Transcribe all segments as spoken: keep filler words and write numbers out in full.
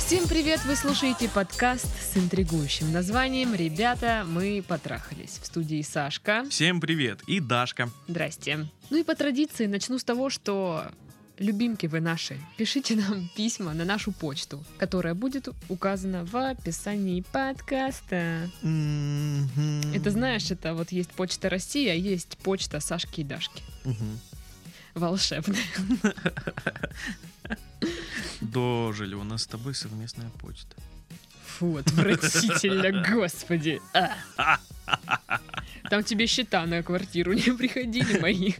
Всем привет! Вы слушаете подкаст с интригующим названием «Ребята, мы потрахались». В студии Сашка. Всем привет! И Дашка. Здрасте. Ну и по традиции начну с того, что... Любимки вы наши, пишите нам письма на нашу почту, которая будет указана в описании подкаста. Mm-hmm. Это, знаешь, это вот есть почта России, а есть почта Сашки и Дашки. Mm-hmm. Волшебная. Дожили, у нас с тобой совместная почта. Фу, отвратительно, господи. А. Там тебе счета на квартиру не приходили мои.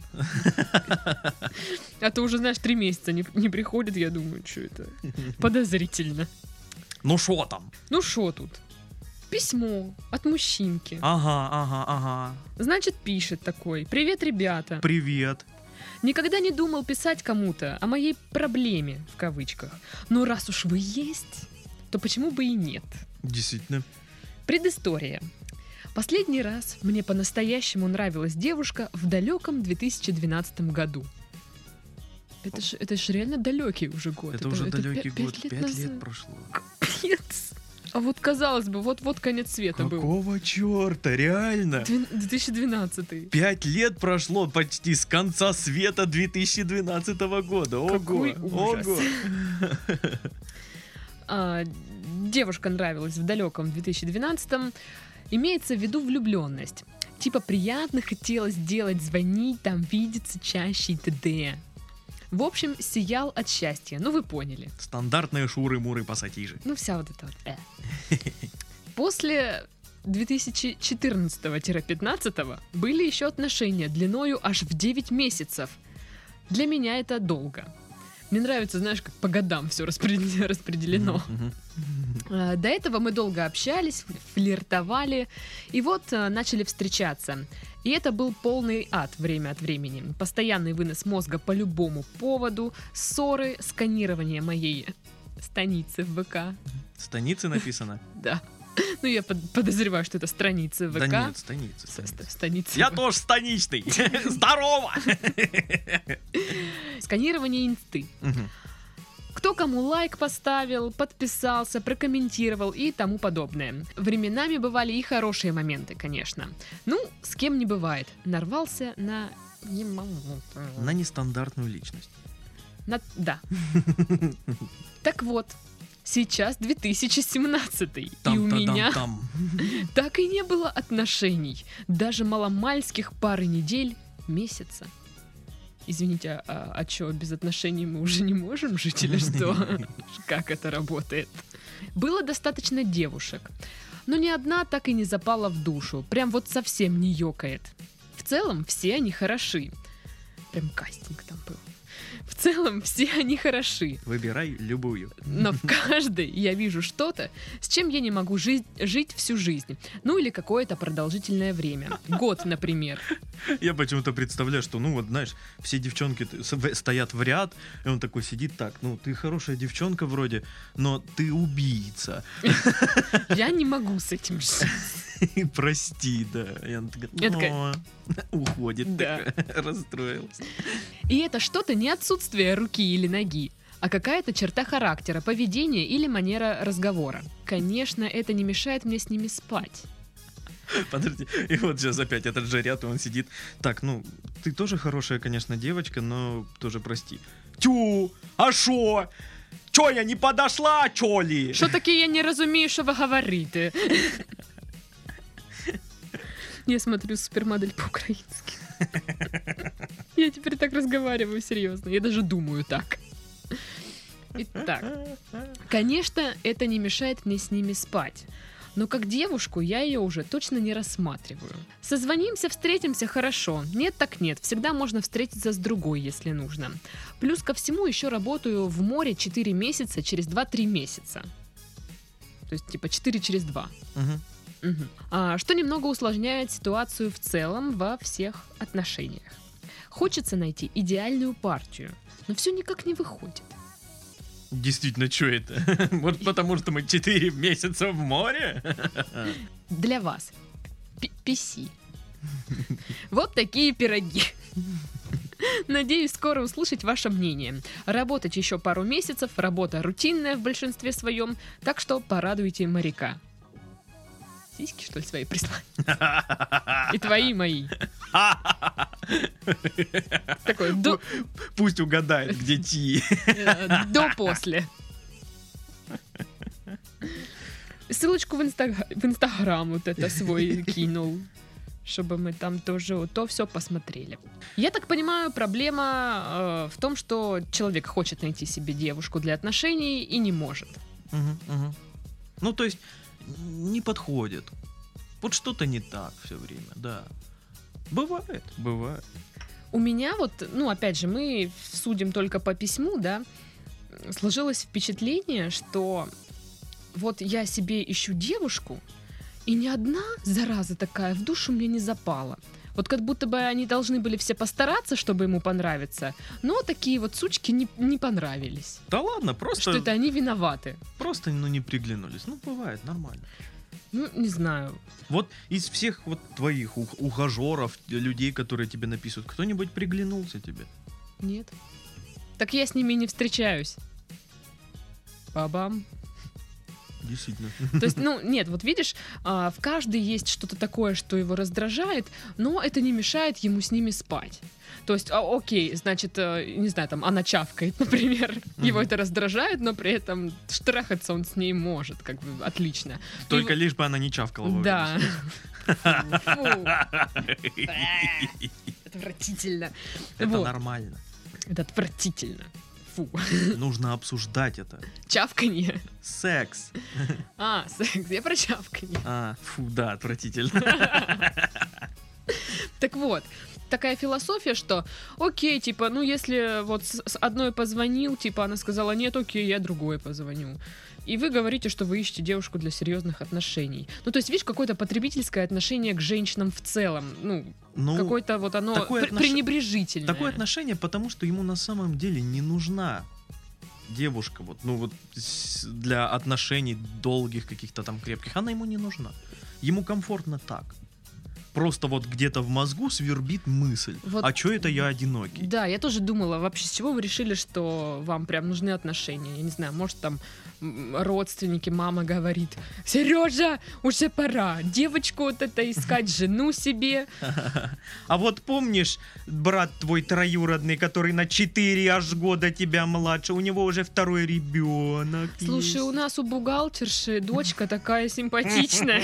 А то уже, знаешь, три месяца не, не приходит, я думаю, что это подозрительно. Ну шо там? Ну шо тут? Письмо от мужчинки. Ага, ага, ага. Значит, пишет такой: «Привет, ребята. Привет. Никогда не думал писать кому-то о моей проблеме, в кавычках. Но раз уж вы есть, то почему бы и нет?» Действительно. Предыстория. Последний раз мне по-настоящему нравилась девушка в далеком две тысячи двенадцатом году. Это ж, это ж реально далекий уже год. Это, это уже это далекий пять, год, пять лет, пять назад. лет прошло. Капец. А вот казалось бы, вот-вот конец света был. Какого черта, реально? две тысячи двенадцатый. Пять лет прошло почти с конца света две тысячи двенадцатого года. Ого, какой ужас. Ого. а, девушка нравилась в далеком две тысячи двенадцатом. Имеется в виду влюбленность. Типа приятно хотелось делать, звонить, там, видеться чаще и т.д. В общем, сиял от счастья. Ну, вы поняли. Стандартные шуры-муры пассатижи. Ну, вся вот эта вот. Э. После две тысячи четырнадцатого - пятнадцатого были еще отношения длиною аж в девять месяцев. Для меня это долго. Мне нравится, знаешь, как по годам все распределено. Mm-hmm. До этого мы долго общались, флиртовали, и вот начали встречаться. И это был полный ад время от времени. Постоянный вынос мозга по любому поводу, ссоры, сканирование моей станицы в ВК. Станицы написано? Да. Ну, я под- подозреваю, что это страницы ВК. Да нет, станицы. станицы. станицы. Я тоже станичный. Здорово! Сканирование инсты. Кто кому лайк поставил, подписался, прокомментировал и тому подобное. Временами бывали и хорошие моменты, конечно. Ну, с кем не бывает. Нарвался на... На нестандартную личность. На... Да. Так вот. Сейчас две тысячи семнадцатый, и у меня так и не было отношений. Даже маломальских пары недель, месяца. Извините, а, а что, без отношений мы уже не можем жить или что? Как это работает? Было достаточно девушек, но ни одна так и не запала в душу. Прям вот совсем не ёкает. В целом все они хороши. Прям кастинг там был. В целом все они хороши. Выбирай любую. Но в каждой я вижу что-то, с чем я не могу жить, жить всю жизнь. Ну или какое-то продолжительное время. Год, например. Я почему-то представляю, что, ну вот, знаешь, все девчонки стоят в ряд, и он такой сидит так: ну, ты хорошая девчонка вроде, но ты убийца. Я не могу с этим жить. Прости, да. И она такая, уходит, да. Такая, расстроилась. И это что-то не отсутствие руки или ноги, а какая-то черта характера, поведения или манера разговора. Конечно, это не мешает мне с ними спать. Подожди, и вот сейчас опять этот же ряд, и он сидит. Так, ну, ты тоже хорошая, конечно, девочка, но тоже прости. Тю, а шо? Чо, я не подошла, чо ли? Що таке, я не розумію, що ви говорите? Я смотрю «Супермодель» по-украински. Я теперь так разговариваю, серьезно. Я даже думаю так. Итак, конечно, это не мешает мне с ними спать. Но как девушку я ее уже точно не рассматриваю. Созвонимся, встретимся, хорошо. Нет так нет, всегда можно встретиться с другой, если нужно. Плюс ко всему еще работаю в море четыре месяца через два-три месяца. То есть типа четыре через два. Угу. Угу. А, что немного усложняет ситуацию в целом во всех отношениях. Хочется найти идеальную партию, но все никак не выходит. Действительно, что это? Может, потому что мы четыре месяца в море? Для вас. Пи си. Вот такие пироги. Надеюсь скоро услышать ваше мнение. Работать еще пару месяцев, работа рутинная в большинстве своем, так что порадуйте моряка. Сиськи, что ли, свои прислали? И твои, и мои. Такой, до... Пусть угадает, где ти. До-после. Ссылочку в, инстаг... в Инстаграм вот это свой кинул, чтобы мы там тоже вот то все посмотрели. Я так понимаю, проблема э, в том, что человек хочет найти себе девушку для отношений и не может. Угу, угу. Ну, то есть, не подходит. Вот что-то не так все время, да. Бывает, бывает. У меня вот, ну, опять же, мы судим только по письму, да, сложилось впечатление, что вот я себе ищу девушку, и ни одна зараза такая в душу мне не запала. Вот как будто бы они должны были все постараться, чтобы ему понравиться, но такие вот сучки не, не понравились. Да ладно, просто... Что это они виноваты. Просто, ну, не приглянулись. Ну, бывает, нормально. Ну, не знаю. Вот из всех вот твоих ух- ухажеров, людей, которые тебе написывают, кто-нибудь приглянулся тебе? Нет. Так я с ними не встречаюсь. Ба-бам. Действительно. То есть, ну, нет, вот видишь, в каждой есть что-то такое, что его раздражает, но это не мешает ему с ними спать. То есть, а, окей, значит, не знаю, там, она чавкает, например, mm-hmm. его это раздражает, но при этом штрахаться он с ней может, как бы, отлично. Только И... лишь бы она не чавкала. Да. Отвратительно. Это нормально. Это отвратительно. Фу. Нужно обсуждать это. Чавканье. Секс. А, секс. Я про чавканье. А, фу, да, отвратительно. Так вот, такая философия, что окей, типа, ну если вот с одной позвонил, типа она сказала нет, окей, я другой позвоню. И вы говорите, что вы ищете девушку для серьезных отношений. Ну, то есть, видишь, какое-то потребительское отношение к женщинам в целом. Ну, ну какое-то вот оно такое пр- отнош... пренебрежительное. Такое отношение, потому что ему на самом деле не нужна девушка, вот, ну вот для отношений долгих, каких-то там крепких. Она ему не нужна. Ему комфортно так. Просто вот где-то в мозгу свербит мысль. Вот, а чё это я одинокий? Да, я тоже думала, вообще, с чего вы решили, что вам прям нужны отношения? Я не знаю, может там родственники, мама говорит: Сережа, уже пора, девочку вот это искать, жену себе. А вот помнишь, брат твой троюродный, который на четыре аж года тебя младше, у него уже второй ребенок. Слушай, есть. У нас у бухгалтерши дочка такая симпатичная.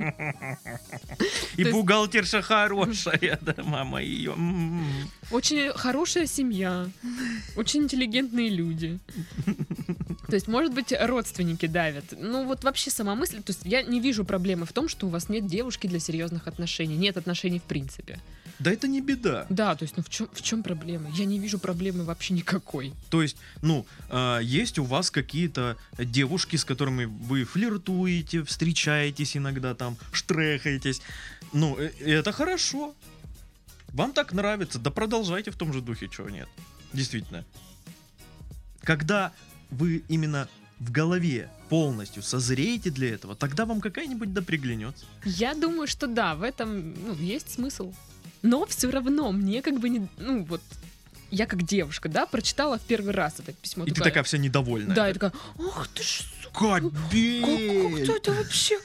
И бухгалтерша хорошая, да, мама ее. Очень хорошая семья, очень интеллигентные люди. То есть, может быть, родственники давят. Ну, вот вообще сама мысль, то есть я не вижу проблемы в том, что у вас нет девушки для серьезных отношений, нет отношений в принципе. Да это не беда. Да, то есть, ну в чем, в чем проблема? Я не вижу проблемы вообще никакой. То есть, ну, э, есть у вас какие-то девушки, с которыми вы флиртуете, встречаетесь иногда там, штрехаетесь. Ну, э, это хорошо. Вам так нравится, да продолжайте в том же духе, чего нет. Действительно. Когда вы именно в голове полностью созреете для этого, тогда вам какая-нибудь да приглянется. Я думаю, что да, в этом, ну, есть смысл. Но все равно мне как бы не... Ну, вот, я как девушка, да, прочитала в первый раз это письмо. И такая, ты такая вся недовольная. Да, я такая, ах ты ж, сука. Капец! Как это вообще?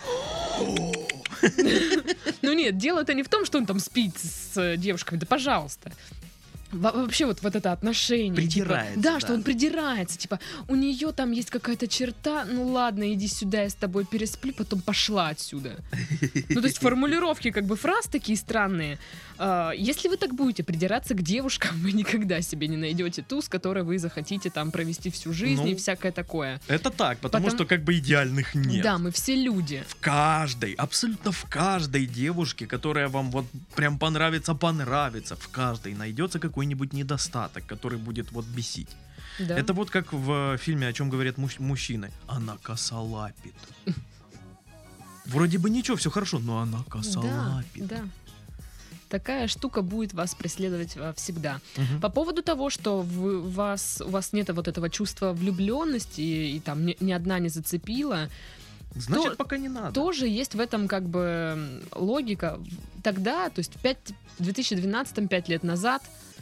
Ну нет, дело-то не в том, что он там спит с девушками, да пожалуйста. Во- вообще вот, вот это отношение. Придирается. Типа, да, да, что он придирается. Типа, у нее там есть какая-то черта, ну ладно, иди сюда, я с тобой пересплю, потом пошла отсюда. Ну, то есть формулировки, как бы фраз такие странные. А, если вы так будете придираться к девушкам, вы никогда себе не найдете ту, с которой вы захотите там провести всю жизнь ну, и всякое такое. Это так, потому, потому что как бы идеальных нет. Да, мы все люди. В каждой, абсолютно в каждой девушке, которая вам вот прям понравится, понравится, в каждой найдется какой-нибудь недостаток, который будет вот бесить. Да. Это вот как в фильме «О чем говорят муж- мужчины». Она косолапит. Вроде бы ничего, все хорошо, но она косолапит. Да, да. Такая штука будет вас преследовать всегда. Угу. По поводу того, что вы, вас, у вас нет вот этого чувства влюбленности, и, и там ни, ни одна не зацепила, значит, то, пока не надо. Тоже есть в этом как бы логика. Тогда, то есть в две тысячи двенадцатом, пять лет назад,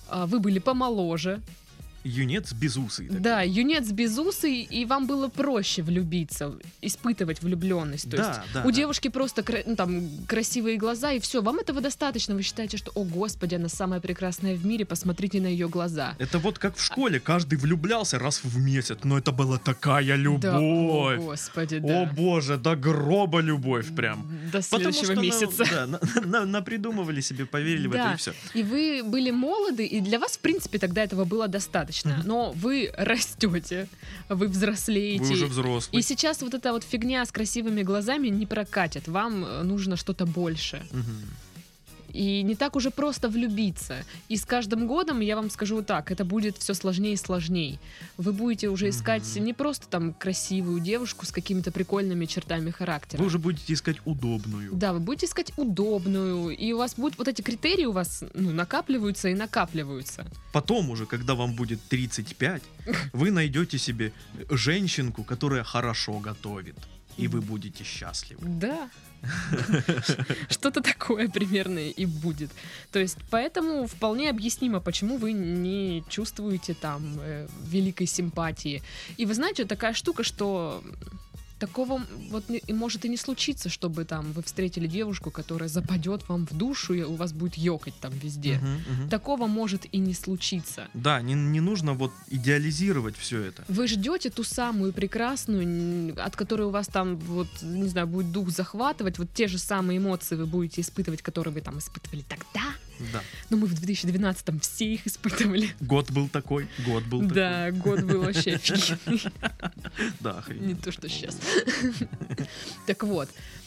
вы были помоложе. Юнец безусый. Такой. Да, юнец безусый, и вам было проще влюбиться, испытывать влюбленность. То да, есть да, у да. девушки просто ну, там, красивые глаза, и все, вам этого достаточно. Вы считаете, что, о господи, она самая прекрасная в мире, посмотрите на ее глаза. Это вот как в школе, каждый влюблялся раз в месяц, но это была такая любовь. Да, о господи, да. О боже, до гроба любовь прям. До следующего Потому что, месяца. Ну, да, на, на, напридумывали себе, поверили в да. это и все. И вы были молоды, и для вас, в принципе, тогда этого было достаточно. Mm-hmm. Но вы растете, вы взрослеете. Вы уже взрослый. И сейчас вот эта вот фигня с красивыми глазами не прокатит. Вам нужно что-то больше. Mm-hmm. И не так уже просто влюбиться. И с каждым годом, я вам скажу так, это будет все сложнее и сложнее. Вы будете уже искать mm-hmm. не просто там красивую девушку с какими-то прикольными чертами характера. Вы уже будете искать удобную. Да, вы будете искать удобную. И у вас будут вот эти критерии у вас ну, накапливаются и накапливаются. Потом уже, когда вам будет тридцать пять, вы найдете себе женщинку, которая хорошо готовит. И вы будете счастливы. Да. Что-то такое примерно и будет. То есть, поэтому вполне объяснимо, почему вы не чувствуете там э, великой симпатии. И вы знаете, такая штука, что такого вот не, может и не случиться, чтобы там вы встретили девушку, которая западет вам в душу, и у вас будет ёкать там везде. Uh-huh, uh-huh. Такого может и не случиться. Да, не, не нужно вот идеализировать все это. Вы ждете ту самую прекрасную, от которой у вас там, вот, не знаю, будет дух захватывать, вот те же самые эмоции вы будете испытывать, которые вы там испытывали тогда. Да. Но мы в две тысячи двенадцатом все их испытывали. Год был такой, год был такой. Да, год был вообще офигенный. Да, охренеть. Не то, что сейчас. Так вот,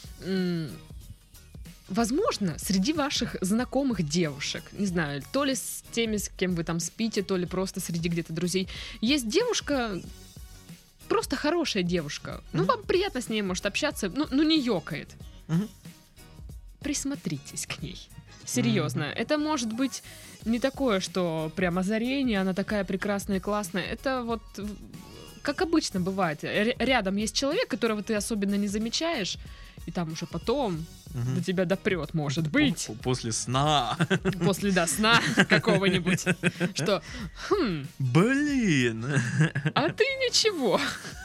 возможно, среди ваших знакомых девушек, не знаю, то ли с теми, с кем вы там спите, то ли просто среди где-то друзей, есть девушка, просто хорошая девушка. Ну, вам приятно с ней, может, общаться, ну, ну не ёкает. Присмотритесь к ней. Серьезно, mm-hmm. это может быть не такое, что прям озарение, она такая прекрасная и классная. Это вот, как обычно бывает, рядом есть человек, которого ты особенно не замечаешь, и там уже потом mm-hmm. до тебя допрет, может быть. После сна. После, да, сна какого-нибудь. Что, хм. Блин. А ты ничего.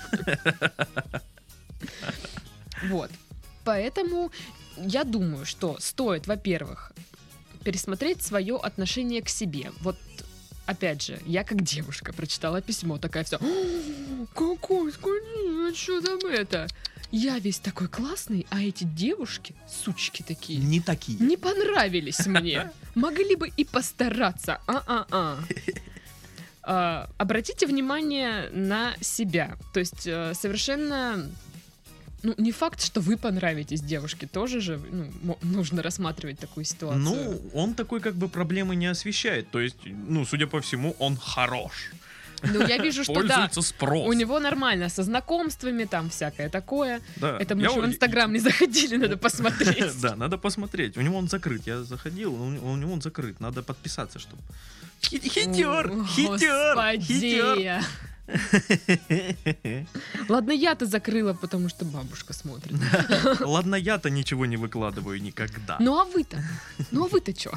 Вот. Поэтому я думаю, что стоит, во-первых, пересмотреть свое отношение к себе. Вот, опять же, я как девушка прочитала письмо, такая вся: какой, а что там это? Я весь такой классный, а эти девушки, сучки такие, не такие, не понравились мне. Могли бы и постараться. А-а-а. А, обратите внимание на себя. То есть совершенно... Ну, не факт, что вы понравитесь девушке, тоже же ну, нужно рассматривать такую ситуацию. Ну, он такой как бы проблемы не освещает, то есть, ну, судя по всему, он хорош. Ну, я вижу, что да, спрос. У него нормально со знакомствами, там всякое такое. Да. Это мы я... еще в Инстаграм не заходили, надо посмотреть. Да, надо посмотреть. У него он закрыт, я заходил, у него он закрыт, надо подписаться, чтобы... Хитер, хитер, хитер. Ладно, я-то закрыла, потому что бабушка смотрит. Ладно, я-то ничего не выкладываю никогда. Ну а вы-то? Ну а вы-то чё?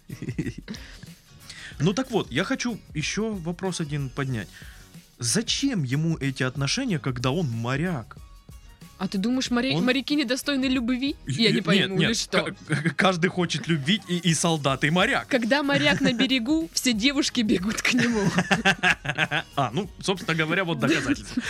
Ну так вот, я хочу еще вопрос один поднять. Зачем ему эти отношения, когда он моряк? А ты думаешь, моря... Он... моряки недостойны любви? Я не нет, пойму, нет, или что? К- каждый хочет любить и, и солдат, и моряк. Когда моряк на берегу, все девушки бегут к нему. А, ну, собственно говоря, вот доказательство.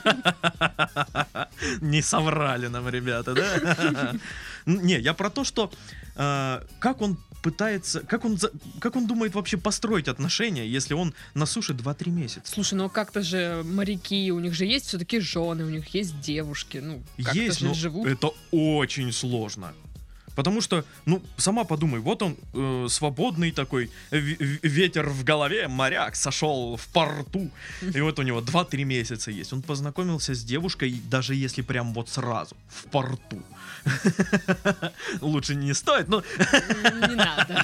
Не соврали нам ребята, да? Не, я про то, что как он пытается, как он, как он думает вообще построить отношения, если он на суше два-три месяца? Слушай, ну как-то же моряки, у них же есть все-таки жены, у них есть девушки, ну как-то есть, же но живут. Это очень сложно. Потому что, ну, сама подумай, вот он э, свободный такой, в- ветер в голове, моряк, сошел в порту, и вот у него два-три месяца есть. Он познакомился с девушкой, даже если прям вот сразу, в порту. Лучше не стоит, но... Не надо.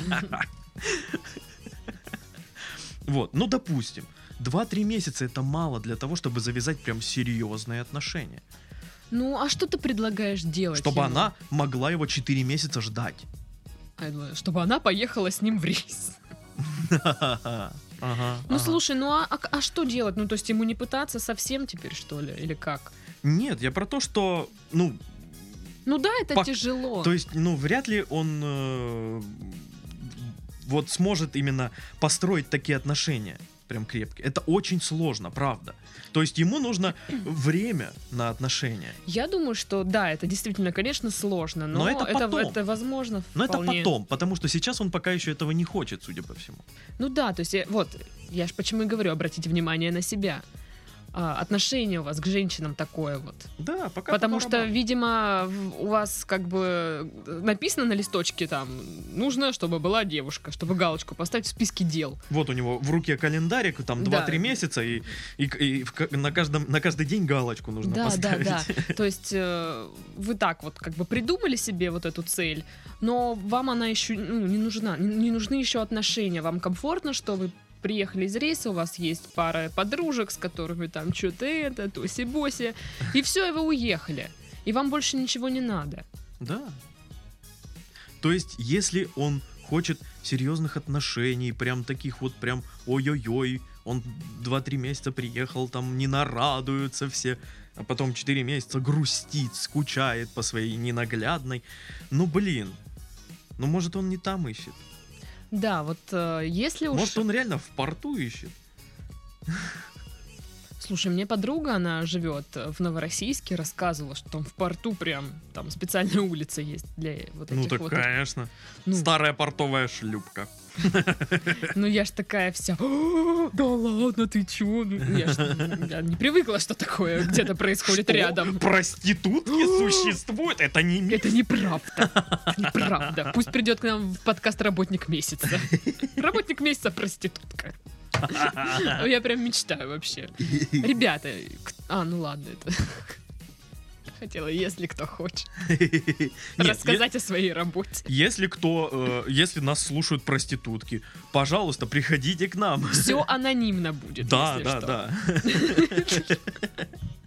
Вот, ну, допустим, два-три месяца это мало для того, чтобы завязать прям серьезные отношения. Ну, а что ты предлагаешь делать? Чтобы ему? она могла его четыре месяца ждать. Чтобы она поехала с ним в рейс. Ага, ну, ага. слушай, ну а, а, а что делать? Ну, то есть ему не пытаться совсем теперь, что ли? Или как? Нет, я про то, что, ну... Ну да, это пок... тяжело. То есть, ну, вряд ли он э, вот сможет именно построить такие отношения прям крепкие. Это очень сложно, правда. То есть ему нужно время на отношения. Я думаю, что да, это действительно, конечно, сложно, но, Но это это, потом. это возможно Но это вполне. потом, потому что сейчас он пока еще этого не хочет, судя по всему. Ну да, то есть я- вот, я же почему и говорю, обратите внимание на себя. А, отношение у вас к женщинам такое вот. Да, пока. Потому по что, барабану. видимо, в- у вас как бы написано на листочке там, нужно, чтобы была девушка, чтобы галочку поставить в списке дел. Вот у него в руке календарик, там Да. два-три месяца, и, и, и в ка- на, каждом, на каждый день галочку нужно Да, поставить. да, да. То есть э, вы так вот как бы придумали себе вот эту цель, но вам она еще ну, не нужна, не, не нужны еще отношения. Вам комфортно, что вы приехали из рейса, у вас есть пара подружек, с которыми там что-то это, туси-боси, и все, и вы уехали. И вам больше ничего не надо. Да. То есть, если он хочет серьезных отношений, прям таких вот прям ой-ой-ой, он два-три месяца приехал, там не нарадуются все, а потом четыре месяца грустит, скучает по своей ненаглядной. Ну блин, ну может он не там ищет? Да, вот э, если уж... Может он реально в порту ищет? Слушай, мне подруга, она живет в Новороссийске, рассказывала, что там в порту прям там специальная улица есть для вот этих Ну так, вот... конечно. Ну, Старая портовая шлюпка. ну я ж такая вся, «А, да ладно, ты чё? Ну, я ж я не привыкла, что такое где-то происходит Что? рядом. Проститутки существуют? Это не миф. Это неправда. Это неправда. Пусть придет к нам в подкаст «Работник месяца». Работник месяца проститутка. Я прям мечтаю вообще. Ребята, к- а, ну ладно, это... Хотела, если кто хочет, Нет, рассказать о своей работе. Если кто, э, если нас слушают проститутки, пожалуйста, приходите к нам. Все анонимно будет, Да, если да, что. да.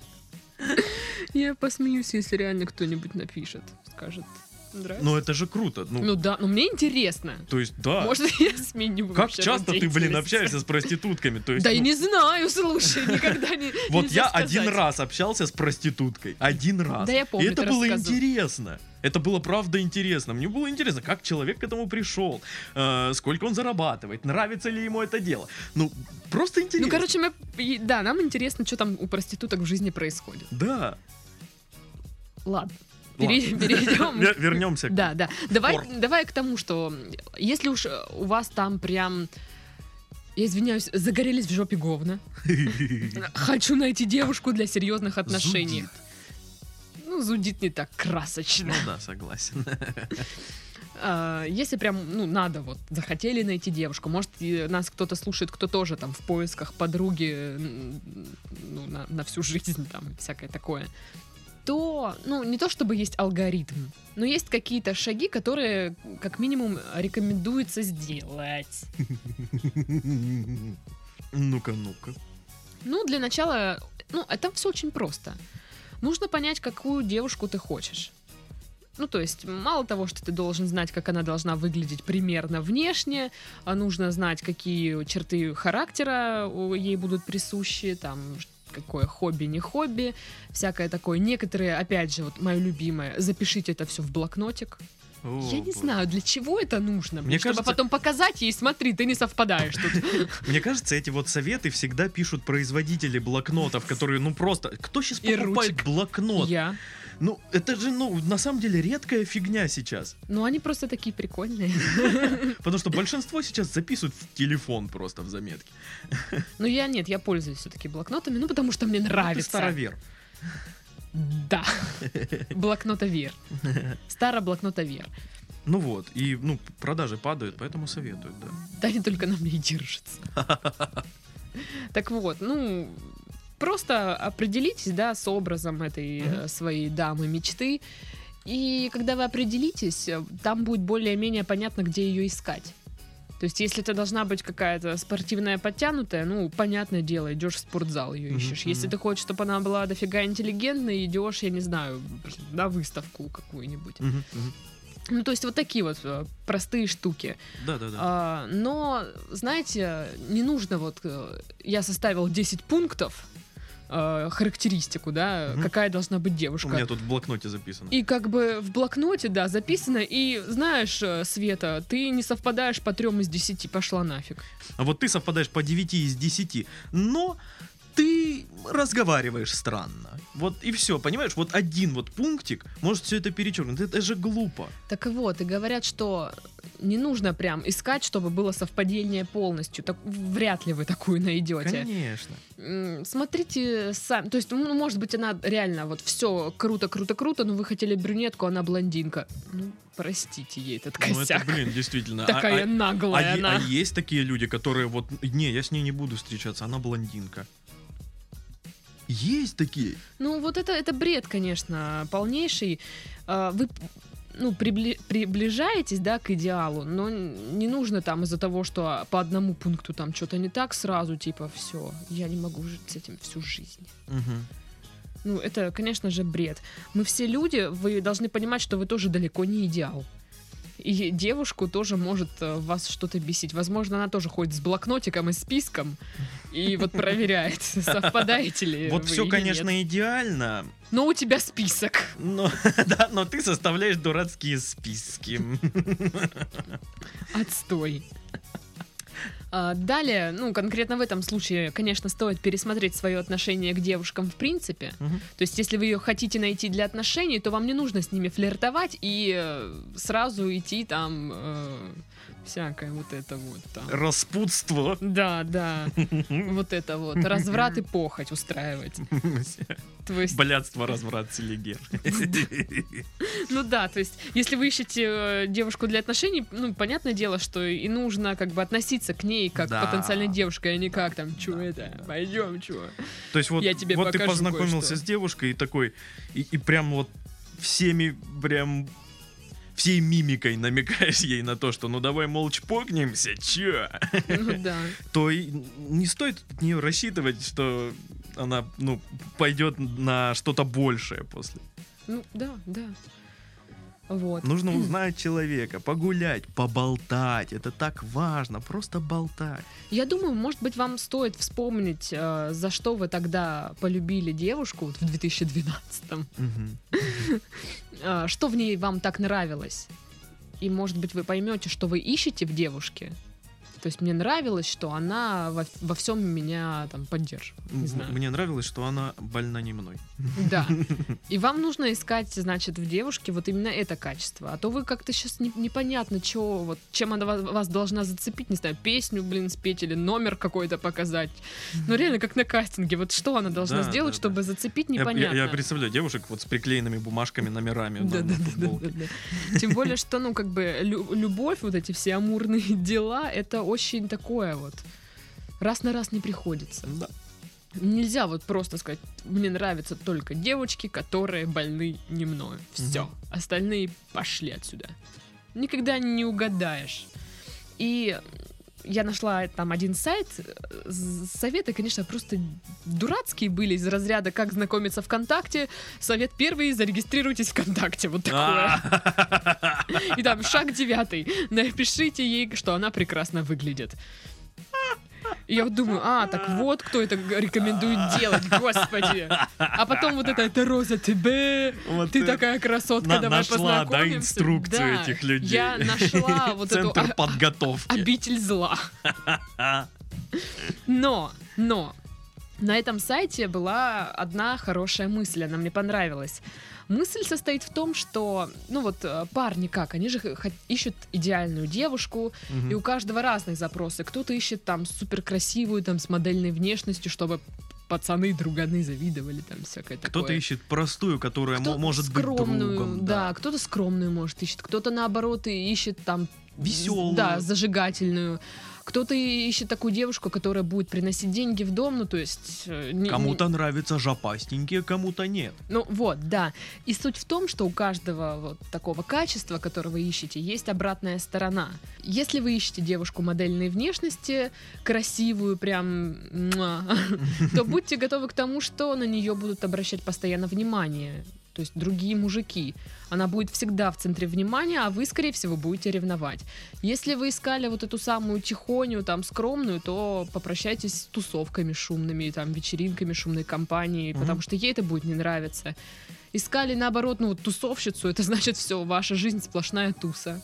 Я посмеюсь, если реально кто-нибудь напишет, скажет. Нравится? Но это же круто. Ну, Ну да, но мне интересно. то есть, да. Можно я сменю Как вообще часто род ты, блин, деятельности? общаешься с проститутками? То есть, Да ну, и не знаю, слушай, никогда не. вот нельзя я сказать. один раз общался с проституткой. Один раз. Да, я помню, И это ты было рассказывал. интересно. Это было правда интересно. Мне было интересно, как человек к этому пришел, э, сколько он зарабатывает, нравится ли ему это дело. Ну, просто интересно. Ну, короче, мы, и- да, нам интересно, что там у проституток в жизни происходит. Да. Ладно. Ладно. Пере- Перейдем. Вер- Вернемся к Да, да. Давай, Спорт. давай к тому, что если уж у вас там прям, я извиняюсь, загорелись в жопе говна, хочу найти девушку для серьезных отношений. Зудит. Ну, зудит не так красочно. Ну да, согласен. А, Если прям, ну, надо вот, захотели найти девушку, может, и нас кто-то слушает, кто тоже там в поисках подруги, м, ну, на, на всю жизнь, там, всякое такое, то, ну, не то чтобы есть алгоритм, но есть какие-то шаги, которые, как минимум, рекомендуется сделать. Ну-ка, ну-ка. Ну, для начала, ну, это все очень просто. Нужно понять, какую девушку ты хочешь. Ну, то есть, мало того, что ты должен знать, как она должна выглядеть примерно внешне, а нужно знать, какие черты характера у- ей будут присущи, там, какое хобби, не хобби, всякое такое. Некоторые, опять же, вот мое любимое, запишите это все в блокнотик. О, Я не боже. знаю, для чего это нужно. Мне чтобы кажется- потом показать ей, смотри, ты не совпадаешь тут. Мне кажется, эти вот советы всегда пишут производители блокнотов, которые, ну просто, кто сейчас И покупает ручек. блокнот? Я. Ну, это же, ну, на самом деле редкая фигня сейчас. Ну, они просто такие прикольные. Потому что большинство сейчас записывают в телефон просто в заметки. Но я нет, я пользуюсь все-таки блокнотами, ну, потому что мне Ты нравится. старовер. Да. Блокнотовер. Старо-блокнотовер. Ну вот, и, ну, продажи падают, поэтому советуют, да. Да, не только на мне и держится. Так вот, ну, просто определитесь, да, с образом этой Мгм. э, своей дамы мечты. И когда вы определитесь, э, там будет более-менее понятно, где ее искать. То есть, если это должна быть какая-то спортивная подтянутая, ну, понятное дело, идешь в спортзал, ее Мгм, ищешь. Если мгм. ты хочешь, чтобы она была дофига интеллигентной, идешь, я не знаю, на выставку какую-нибудь. Мгм, мгм. Ну, то есть вот такие вот э, простые штуки. Да-да-да. А, но, знаете, не нужно вот... э, Я составил десять пунктов, э, характеристику, да, Мгм. какая должна быть У девушка. меня тут в блокноте записано. И как бы в блокноте, да, записано. И знаешь, э, Света, ты не совпадаешь по трем из десяти. Пошла нафиг. А вот ты совпадаешь по девяти из десяти, но ты разговариваешь странно. Вот и все, понимаешь? Вот один вот пунктик может все это перечеркнуть. Это же глупо. Так вот, и говорят, что не нужно прям искать, чтобы было совпадение полностью. Так вряд ли вы такую найдете. Конечно. М, Смотрите сами. То есть, ну, может быть, она реально вот все круто, круто, круто, но вы хотели брюнетку, она блондинка. Ну, простите ей этот Ну это, косяк. блин, действительно. А- Такая а- наглая а, е- она. а есть такие люди, которые вот, не, я с ней не буду встречаться, она блондинка. Есть такие. Ну, вот это, это бред, конечно, полнейший. А, Вы ну, прибли- приближаетесь, да, к идеалу, но не нужно там из-за того, что по одному пункту там что-то не так, сразу типа все, я не могу жить с этим всю жизнь. Мгм. Ну, это, конечно же, бред. Мы все люди, вы должны понимать, что вы тоже далеко не идеал. И девушку тоже может э, вас что-то бесить. Возможно, она тоже ходит с блокнотиком и списком и вот проверяет, совпадаете ли Вот вы все, или конечно, нет. идеально, Но у тебя список. но, да, но ты составляешь дурацкие списки. Отстой. А, Далее, ну, конкретно в этом случае, конечно, стоит пересмотреть свое отношение к девушкам в принципе. Мгм. То есть, если вы ее хотите найти для отношений, то вам не нужно с ними флиртовать и э, сразу идти там э, всякое вот это вот там. Распутство. Да, да, вот это вот, разврат и похоть устраивать. То есть, Блядство, разврат, селигер. ну да, то есть, если вы ищете э, девушку для отношений, ну, понятное дело, что и нужно как бы относиться к ней как Да. к потенциальной девушке, а не как там, чё Да, это, да. пойдем, чё. То есть вот, Я тебе вот ты покажу познакомился кое-что. с девушкой и такой, и, и прям вот всеми, прям всей мимикой намекаешь ей на то, что ну давай молча погнемся, чё? Ну да. То и не стоит от нее рассчитывать, что она, ну, пойдет на что-то большее после. Ну да, да. Вот. Нужно узнать человека, погулять, поболтать. Это так важно, просто болтать. Я думаю, может быть, вам стоит вспомнить, э, за что вы тогда полюбили девушку вот в две тысячи двенадцатом. Мгм. Э, что в ней вам так нравилось? И, может быть, вы поймете, что вы ищете в девушке. То есть мне нравилось, что она во, во всем меня там поддерживает. Не М- знаю. Мне нравилось, что она больна не мной. Да. И вам нужно искать, значит, в девушке вот именно это качество. А то вы как-то сейчас не- непонятно, чё, вот, чем она вас, вас должна зацепить, не знаю, песню, блин, спеть или номер какой-то показать. Ну, реально, как на кастинге. Вот что она должна Да, сделать, да, чтобы да. зацепить, Я- непонятно. Я, я представляю девушек вот с приклеенными бумажками, номерами. на- Да, на да, да, да, футболке. да, да. Тем более, что, ну, как бы, лю- любовь, вот эти все амурные дела, это очень такое вот. Раз на раз не приходится. Да. Нельзя вот просто сказать, мне нравятся только девочки, которые больны не мною. Все. Мгм. Остальные пошли отсюда. Никогда не угадаешь. И я нашла там один сайт. З- Советы, конечно, просто дурацкие были из разряда «Как знакомиться ВКонтакте». Совет первый — зарегистрируйтесь ВКонтакте. Вот такое. А. И там шаг девятый. Напишите ей, что она прекрасно выглядит. И я вот думаю, а, так вот кто это г- рекомендует делать, господи. А потом вот это, это Роза ТБ, Вот ты ты такая красотка, на- давай нашла, да, познакомимся. инструкцию Да, этих людей. Я нашла вот эту Центр а- подготовки. обитель зла. Но, но, на этом сайте была одна хорошая мысль, она мне понравилась. Мысль состоит в том, что, ну вот, э, парни как, они же х- ищут идеальную девушку, Мгм. и у каждого разные запросы. Кто-то ищет там супер красивую, там с модельной внешностью, чтобы пацаны, друганы завидовали, там всякое такое. Кто-то ищет простую, которая мо- Кто-то может быть скромную, другом. да, кто-то скромную, может, ищет, кто-то наоборот и ищет там Весёлую. да, зажигательную. Кто-то ищет такую девушку, которая будет приносить деньги в дом, ну то есть э, не- Кому-то нравятся жопастенькие, кому-то нет. ну вот, да. И суть в том, что у каждого вот такого качества, которое вы ищете, есть обратная сторона. Если вы ищете девушку модельной внешности, красивую, прям, муа, то будьте готовы к тому, что на нее будут обращать постоянно внимание. то есть другие мужики. Она будет всегда в центре внимания, а вы, скорее всего, будете ревновать. Если вы искали вот эту самую тихоню, там, скромную, то попрощайтесь с тусовками шумными, там, вечеринками шумной компании, mm-hmm. потому что ей это будет не нравиться. Искали, наоборот, ну, вот тусовщицу, это значит, все, ваша жизнь сплошная туса.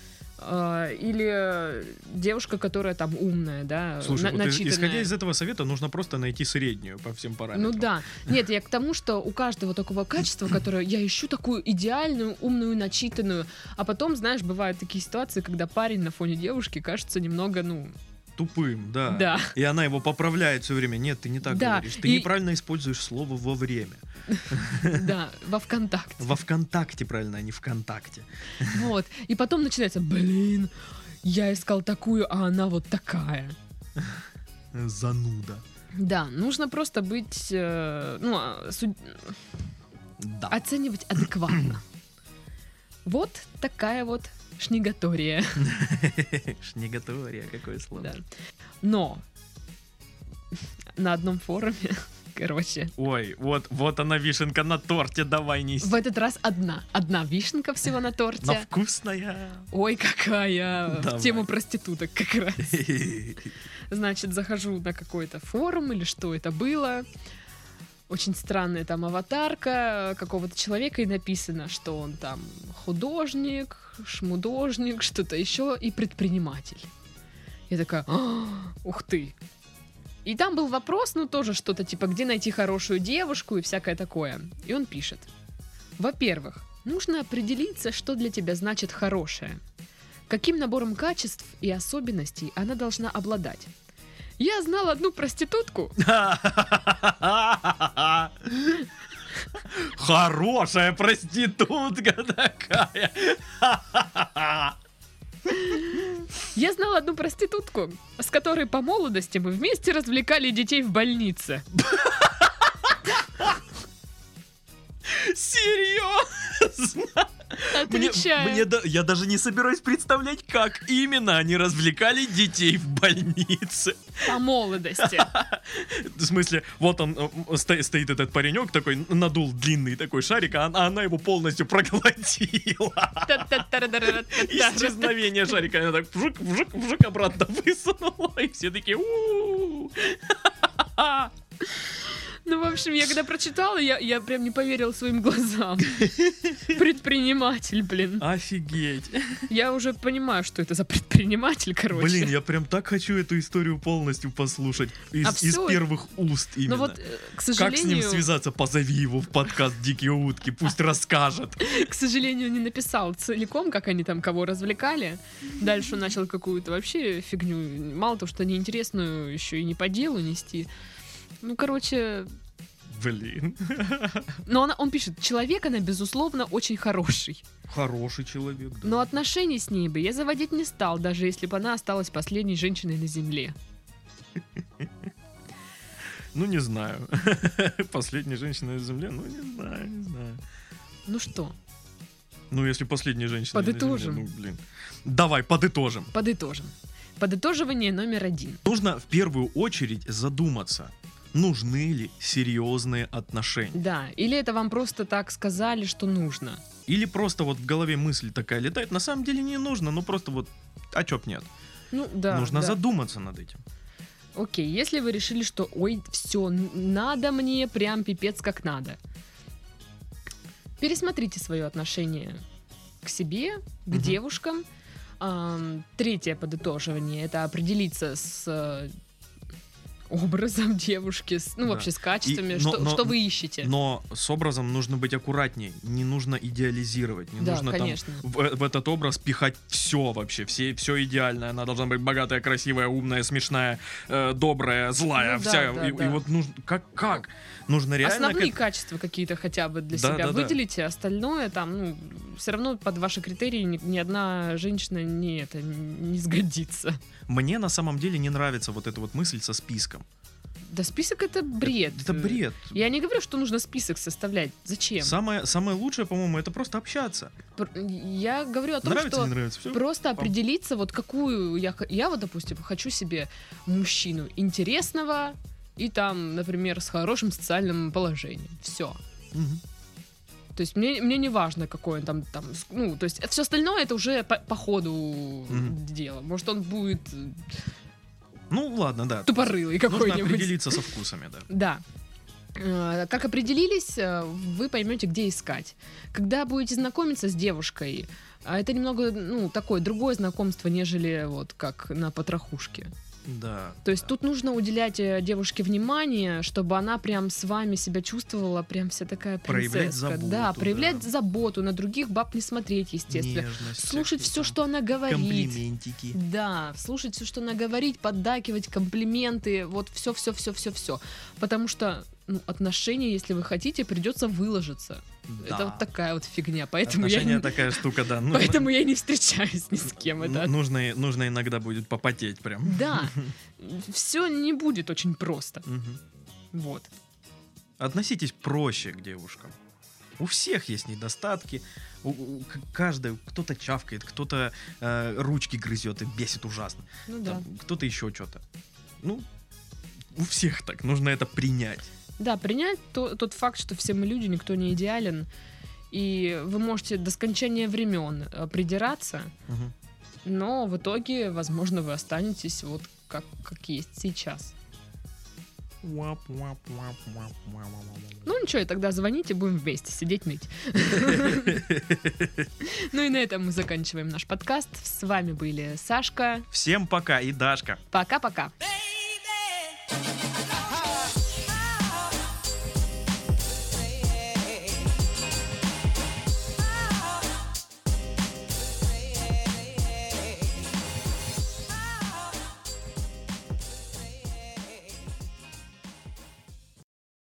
Или девушка, которая там умная, да, Слушай, на- вот начитанная. Исходя из этого совета, нужно просто найти среднюю по всем параметрам. Ну да. Нет, я к тому, что у каждого такого качества, которое я ищу такую идеальную, умную, начитанную, а потом, знаешь, бывают такие ситуации, когда парень на фоне девушки кажется немного, ну... Тупым, да. Да. И она его поправляет все время. Нет, ты не так Да, говоришь. Ты и- неправильно используешь слово «во время». Да, во ВКонтакте. Во ВКонтакте, правильно, а не ВКонтакте. Вот. И потом начинается, блин, я искал такую, а она вот такая. Зануда. Да, нужно просто быть, э, ну, а, суд- Да. оценивать адекватно. Вот такая вот шнигатория. Шнигатория, какое слово. Да. Но на одном форуме, короче, Ой, вот, вот она вишенка на торте, давай неси. в этот раз одна. Одна вишенка всего на Но торте. вкусная. Ой, какая! Давай. В тему проституток как раз. Значит, захожу на какой-то форум или что это было. Очень странная там аватарка какого-то человека, и написано, что он там художник, шмудожник, что-то еще и предприниматель. Я такая, «А, ух ты. И там был вопрос, ну тоже что-то типа, где найти хорошую девушку и всякое такое. И он пишет. Во-первых, нужно определиться, что для тебя значит хорошее. Каким набором качеств и особенностей она должна обладать. Я знал одну проститутку. Хорошая проститутка такая. Я знал одну проститутку, с которой по молодости мы вместе развлекали детей в больнице. Серьезно? Мне, Отвечаю. мне да- я даже не собираюсь представлять, как именно они развлекали детей в больнице. По молодости. В смысле, вот он э, сто- стоит этот паренек такой, надул длинный такой шарик, а она, она его полностью проглотила. Исчезновение шарика, она так вжук, вжук, вжук обратно высунула, и все такие у-у-у. Ну, в общем, я когда прочитала, я, я прям не поверила своим глазам. Предприниматель, блин. Офигеть. Я уже понимаю, что это за предприниматель, короче. Блин, я прям так хочу эту историю полностью послушать. Из, А из всё- первых уст именно. Ну вот, э, к Как с ним сожалению, связаться? Позови его в подкаст «Дикие утки», пусть расскажет. к сожалению, не написал целиком, как они там кого развлекали. Дальше он начал какую-то вообще фигню. Мало того, что неинтересную, еще и не по делу нести. Ну, короче, Блин. но она, он пишет, человек она, безусловно, очень хороший. Хороший человек, да. Но отношений с ней бы я заводить не стал, даже если бы она осталась последней женщиной на земле. Ну, не знаю. Последняя женщина на земле? Ну, не знаю, не знаю. Ну что, Ну, если последняя женщина на Подытожим. земле, ну, блин. Давай, подытожим. подытожим. Подытоживание номер один. Нужно в первую очередь задуматься, нужны ли серьезные отношения. Да, или это вам просто так сказали, что нужно. Или просто вот в голове мысль такая летает, на самом деле не нужно, ну просто вот, а чё б нет. Ну да. Нужно да. задуматься над этим. Окей, если вы решили, что ой, все, надо мне прям пипец как надо. Пересмотрите свое отношение к себе, к Мгм. девушкам. Ам, третье подытоживание — это определиться с э, образом девушки, с, ну Да. вообще с качествами, И- но- что, но- что вы ищете. Но с образом нужно быть аккуратней, не нужно идеализировать, не Да, нужно там конечно. в, в этот образ пихать все вообще, все, все идеальное. Она должна быть богатая, красивая, умная, смешная, э, добрая, злая, Ну да, вся. да, и, да. и вот нужно, как, как? Нужно реально... Основные как- качества какие-то хотя бы для Да, себя да, да. выделите, остальное там, ну, все равно под ваши критерии ни, ни одна женщина не, это, не сгодится. Мне на самом деле не нравится вот эта вот мысль со списком. Да список — это бред. Это, это бред. Я не говорю, что нужно список составлять. Зачем? Самое, самое лучшее, по-моему, это просто общаться. Пр- Я говорю о том, Нравится, что не нравится, все. просто определиться, вот какую я, х- я вот, допустим, хочу себе мужчину интересного и там, например, с хорошим социальным положением. Все. То есть мне, мне не важно, какой он там, там, ну, то есть все остальное это уже по, по ходу mm-hmm. дела. Может, он будет... Ну, ладно, да. Тупорылый какой-нибудь. Нужно определиться со вкусами, да. Да. Как определились, вы поймете, где искать. Когда будете знакомиться с девушкой, это немного, ну, такое другое знакомство, нежели вот как на потрохушке. Да. То есть да. тут нужно уделять девушке внимание, чтобы она прям с вами себя чувствовала, прям вся такая принцесска. Проявлять заботу. Да, проявлять да. заботу, на других баб не смотреть, естественно. Нежность, слушать все, что она говорит. Комплиментики. Да, слушать все, что она говорит, поддакивать, комплименты, вот все-все-все-все-все. Потому что ну, отношения, если вы хотите, придется выложиться. Да. Это вот такая вот фигня, поэтому Отношения я не... такая штука, да. Нужно... Поэтому я не встречаюсь ни с кем. Это... Нужно, нужно иногда будет попотеть прям. Да, все не будет очень просто. Угу. Вот. Относитесь проще к девушкам. У всех есть недостатки. У, у каждый, кто-то чавкает, кто-то э, ручки грызет и бесит ужасно. Ну, да. Там, кто-то еще что-то. Ну, у всех так. Нужно это принять. Да, принять то, тот факт, что все мы люди, никто не идеален. И вы можете до скончания времен придираться, угу. но в итоге, возможно, вы останетесь вот как, как есть сейчас. Ну ничего, и тогда звоните, будем вместе сидеть ныть. Ну и на этом мы заканчиваем наш подкаст. С вами были Сашка. Всем пока и Дашка. Пока-пока. Baby.